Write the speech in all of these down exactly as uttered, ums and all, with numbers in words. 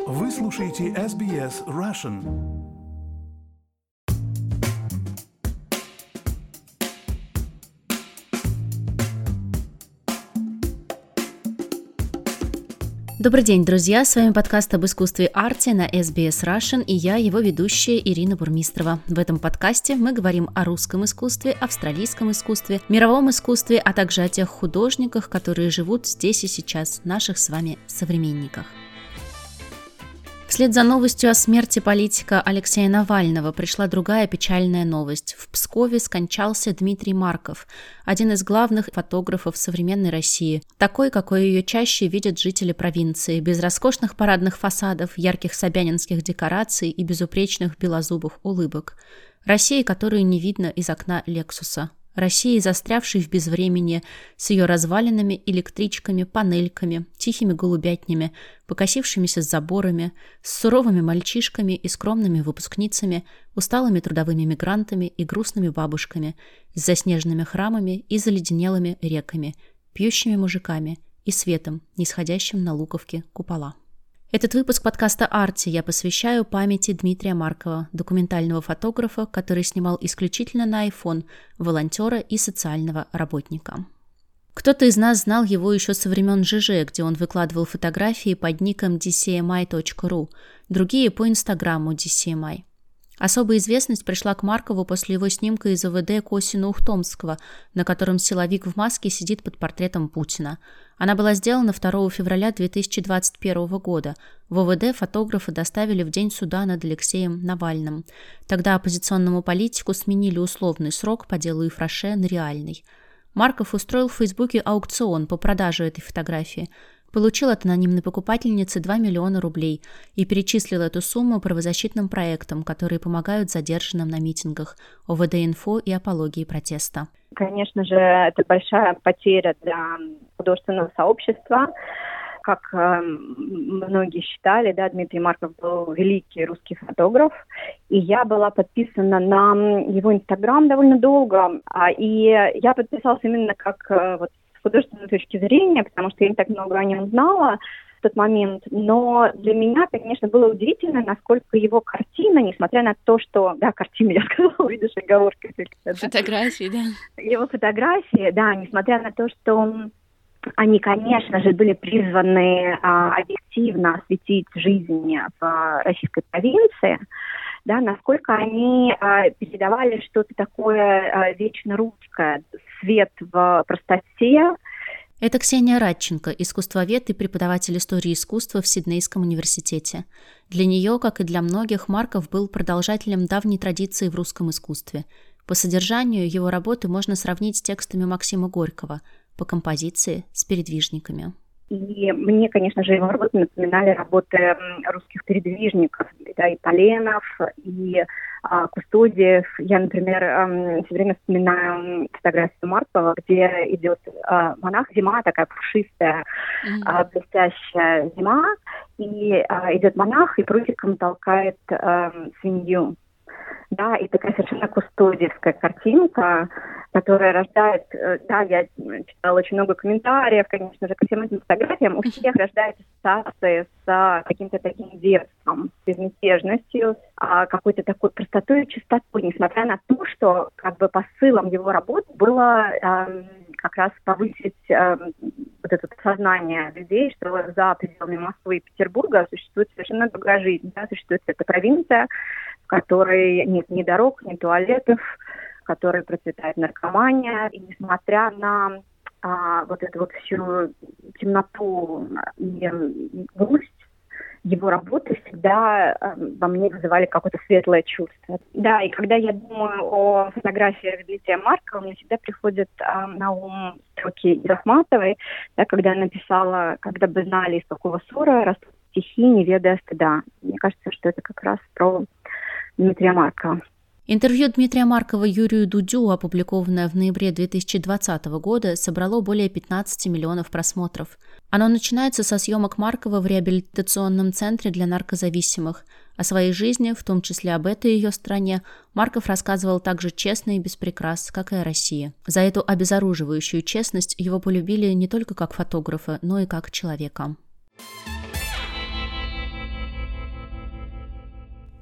Вы слушаете эс би эс Russian. Добрый день, друзья! С вами подкаст об искусстве арте на эс би эс Russian, и я, его ведущая Ирина Бурмистрова. В этом подкасте мы говорим о русском искусстве, австралийском искусстве, мировом искусстве, а также о тех художниках, которые живут здесь и сейчас, наших с вами современниках. Вслед за новостью о смерти политика Алексея Навального пришла другая печальная новость. В Пскове скончался Дмитрий Марков, один из главных фотографов современной России, такой, какой ее чаще видят жители провинции, без роскошных парадных фасадов, ярких собянинских декораций и безупречных белозубых улыбок. России, которую не видно из окна Лексуса. России, застрявшей в безвременье, с ее развалинами, электричками, панельками, тихими голубятнями, покосившимися заборами, с суровыми мальчишками и скромными выпускницами, усталыми трудовыми мигрантами и грустными бабушками, с заснеженными храмами и заледенелыми реками, пьющими мужиками и светом, нисходящим на луковки купола. Этот выпуск подкаста «Арти» я посвящаю памяти Дмитрия Маркова, документального фотографа, который снимал исключительно на iPhone, волонтера и социального работника. Кто-то из нас знал его еще со времен ЖЖ, где он выкладывал фотографии под ником ди си эм ай точка ру, другие по инстаграму ди си эм ай. Особая известность пришла к Маркову после его снимка из о вэ дэ Косино-Ухтомского, на котором силовик в маске сидит под портретом Путина. Она была сделана второго февраля две тысячи двадцать первого года. В о вэ дэ фотографа доставили в день суда над Алексеем Навальным. Тогда оппозиционному политику сменили условный срок по делу Ифраше на реальный. Марков устроил в Фейсбуке аукцион по продаже этой фотографии. Получил от анонимной покупательницы два миллиона рублей и перечислил эту сумму правозащитным проектам, которые помогают задержанным на митингах, о вэ дэ-инфо и апологии протеста. Конечно же, это большая потеря для художественного сообщества. Как э, многие считали, да, Дмитрий Марков был великий русский фотограф, и я была подписана на его инстаграм довольно долго, а, и я подписалась именно как э, вот, с художественной точки зрения, потому что я не так много о нем знала в тот момент. Но для меня, конечно, было удивительно, насколько его картина, несмотря на то, что... Да, картина, я сказала, видишь, оговорка. Да? Фотографии, да. Его фотографии, да, несмотря на то, что они, конечно же, были призваны а, объективно осветить жизнь в российской провинции, да, насколько они а, передавали что-то такое а, вечно русское, свет в простоте. Это Ксения Радченко, искусствовед и преподаватель истории искусства в Сиднейском университете. Для нее, как и для многих, Марков был продолжателем давней традиции в русском искусстве. По содержанию его работы можно сравнить с текстами Максима Горького, по композиции с передвижниками. И мне, конечно же, его работы напоминали работы русских передвижников, да, и Поленов, и а, Кустодиев. Я, например, а, все время вспоминаю фотографию Маркова, где идет а, монах, зима такая пушистая, mm-hmm. а, блестящая зима, и а, идет монах и прутиком толкает а, свинью. Да, и такая совершенно кустодиевская картинка, которая рождает, да, я читала очень много комментариев, конечно же, ко всем этим фотографиям, у всех рождаются ассоциации с каким-то таким детством, с безмятежностью, какой-то такой простотой и чистотой, несмотря на то, что как бы посылом его работы было э, как раз повысить э, вот это сознание людей, что за пределами Москвы и Петербурга существует совершенно другая жизнь, да, существует эта провинция, в которой нет ни дорог, ни туалетов, в которой процветает наркомания, и несмотря на а, вот эту вот всю темноту и грусть, его работы всегда а, во мне вызывали какое-то светлое чувство. Да, и когда я думаю о фотографиях Дмитрия Маркова, мне всегда приходят а, на ум строки Ахматовой, да, когда она написала: «Когда бы знали, из какого ссора растут стихи, не ведая стыда». Мне кажется, что это как раз про Дмитрия Маркова. Интервью Дмитрия Маркова Юрию Дудю, опубликованное в ноябре две тысячи двадцатого года, собрало более пятнадцати миллионов просмотров. Оно начинается со съемок Маркова в реабилитационном центре для наркозависимых. О своей жизни, в том числе об этой ее стране, Марков рассказывал так же честно и без прикрас, как и о России. За эту обезоруживающую честность его полюбили не только как фотографа, но и как человека.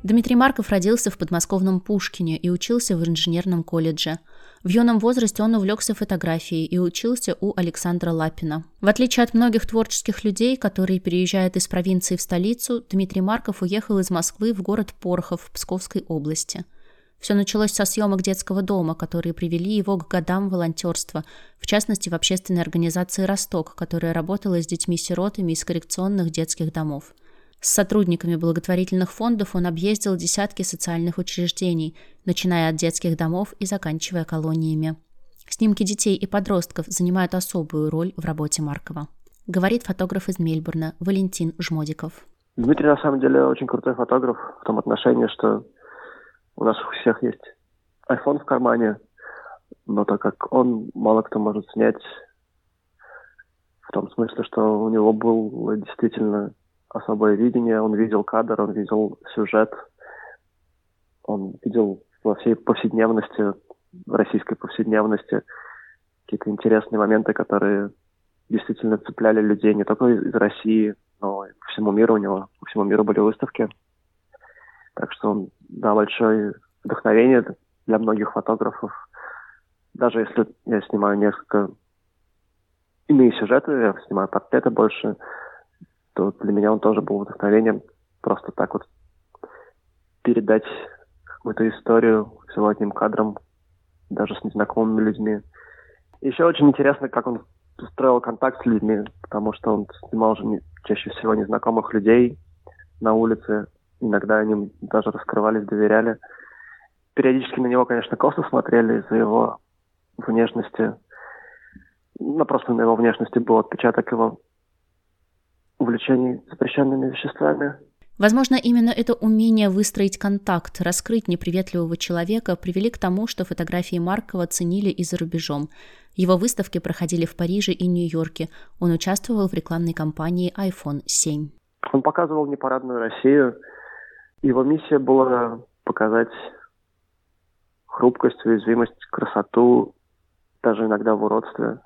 Дмитрий Марков родился в подмосковном Пушкине и учился в инженерном колледже. В юном возрасте он увлекся фотографией и учился у Александра Лапина. В отличие от многих творческих людей, которые переезжают из провинции в столицу, Дмитрий Марков уехал из Москвы в город Порохов в Псковской области. Все началось со съемок детского дома, которые привели его к годам волонтерства, в частности в общественной организации «Росток», которая работала с детьми-сиротами из коррекционных детских домов. С сотрудниками благотворительных фондов он объездил десятки социальных учреждений, начиная от детских домов и заканчивая колониями. Снимки детей и подростков занимают особую роль в работе Маркова, говорит фотограф из Мельбурна Валентин Жмодиков. Дмитрий на самом деле очень крутой фотограф в том отношении, что у нас у всех есть iPhone в кармане, но так как он мало кто может снять, в том смысле, что у него было действительно особое видение, он видел кадр, он видел сюжет, он видел во всей повседневности, в российской повседневности какие-то интересные моменты, которые действительно цепляли людей не только из России, но и по всему миру. У него по всему миру были выставки. Так что он, да, большое вдохновение для многих фотографов. Даже если я снимаю несколько иные сюжеты, я снимаю портреты больше, то для меня он тоже был вдохновением просто так вот передать какую-то историю всего одним кадром, даже с незнакомыми людьми. Еще очень интересно, как он строил контакт с людьми, потому что он снимал же не, чаще всего незнакомых людей на улице. Иногда они даже раскрывались, доверяли. Периодически на него, конечно, косо смотрели из-за его внешности. Ну, просто на его внешности был отпечаток его увлечений запрещенными веществами. Возможно, именно это умение выстроить контакт, раскрыть неприветливого человека привели к тому, что фотографии Маркова ценили и за рубежом. Его выставки проходили в Париже и Нью-Йорке. Он участвовал в рекламной кампании айфон семь. Он показывал непарадную Россию. Его миссия была показать хрупкость, уязвимость, красоту, даже иногда в уродстве.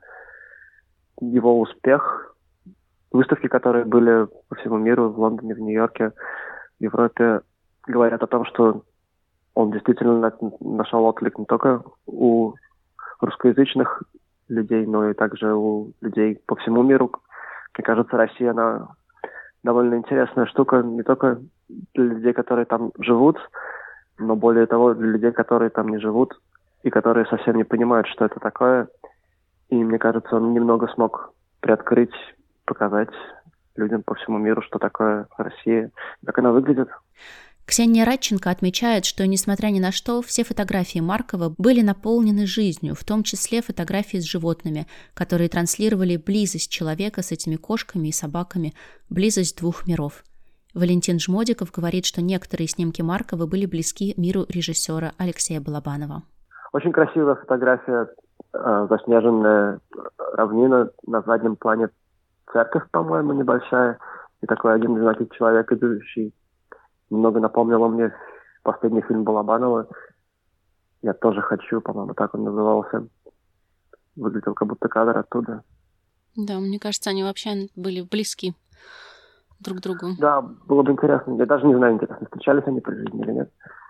Его успех, выставки, которые были по всему миру, в Лондоне, в Нью-Йорке, в Европе, говорят о том, что он действительно нашел отклик не только у русскоязычных людей, но и также у людей по всему миру. Мне кажется, Россия, она довольно интересная штука не только для людей, которые там живут, но более того, для людей, которые там не живут и которые совсем не понимают, что это такое. И мне кажется, он немного смог приоткрыть, показать людям по всему миру, что такое Россия, как она выглядит. Ксения Радченко отмечает, что, несмотря ни на что, все фотографии Маркова были наполнены жизнью, в том числе фотографии с животными, которые транслировали близость человека с этими кошками и собаками, близость двух миров. Валентин Жмодиков говорит, что некоторые снимки Маркова были близки миру режиссера Алексея Балабанова. Очень красивая фотография, э, заснеженная равнина, на заднем плане церковь, по-моему, небольшая, и такой один одинокий человек, идущий. Немного напомнило мне последний фильм Балабанова «Я тоже хочу», по-моему, так он назывался. Выглядел как будто кадр оттуда. Да, мне кажется, они вообще были близки друг к другу. Да, было бы интересно. Я даже не знаю, интересно, встречались они при жизни или нет.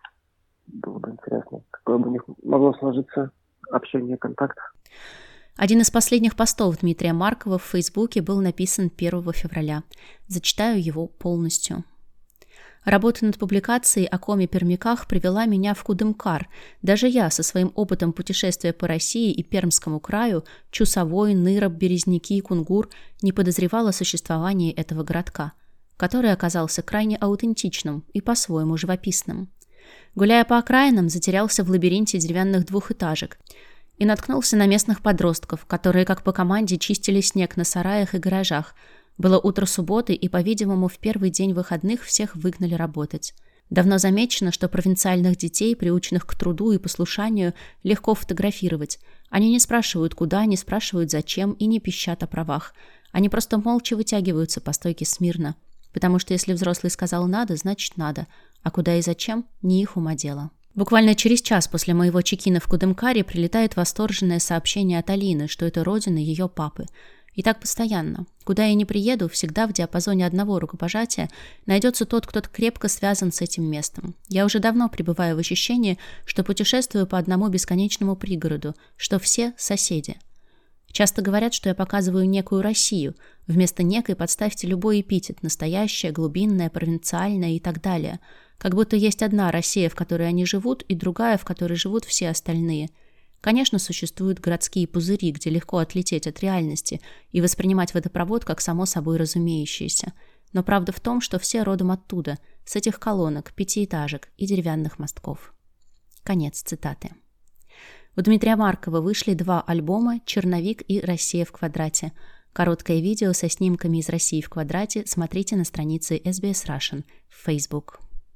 Было бы интересно, какое бы у них могло сложиться общение, контакт. Один из последних постов Дмитрия Маркова в Фейсбуке был написан первого февраля. Зачитаю его полностью. Работа над публикацией о коме-пермяках привела меня в Кудымкар. Даже я со своим опытом путешествия по России и Пермскому краю, Чусовой, Ныроб, Березники, Кунгур, не подозревала о существовании этого городка, который оказался крайне аутентичным и по-своему живописным. Гуляя по окраинам, затерялся в лабиринте деревянных двухэтажек и наткнулся на местных подростков, которые, как по команде, чистили снег на сараях и гаражах. Было утро субботы, и, по-видимому, в первый день выходных всех выгнали работать. Давно замечено, что провинциальных детей, приученных к труду и послушанию, легко фотографировать. Они не спрашивают, куда, не спрашивают, зачем, и не пищат о правах. Они просто молча вытягиваются по стойке смирно. Потому что если взрослый сказал «надо», значит «надо», а куда и зачем – не их ума дело. Буквально через час после моего чекина в Кудымкаре прилетает восторженное сообщение от Алины, что это родина ее папы. И так постоянно. Куда я ни приеду, всегда в диапазоне одного рукопожатия найдется тот, кто крепко связан с этим местом. Я уже давно пребываю в ощущении, что путешествую по одному бесконечному пригороду, что все соседи. Часто говорят, что я показываю некую Россию. Вместо некой подставьте любой эпитет – настоящая, глубинная, провинциальная и так далее. Как будто есть одна Россия, в которой они живут, и другая, в которой живут все остальные. Конечно, существуют городские пузыри, где легко отлететь от реальности и воспринимать водопровод как само собой разумеющееся. Но правда в том, что все родом оттуда, с этих колонок, пятиэтажек и деревянных мостков. Конец цитаты. У Дмитрия Маркова вышли два альбома «Черновик» и «Россия в квадрате». Короткое видео со снимками из «России в квадрате» смотрите на странице эс би эс Russian в Facebook.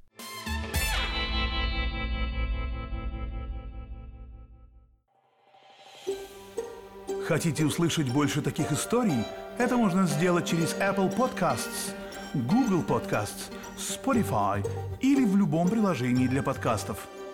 Хотите услышать больше таких историй? Это можно сделать через Apple Podcasts, Google Podcasts, Spotify или в любом приложении для подкастов.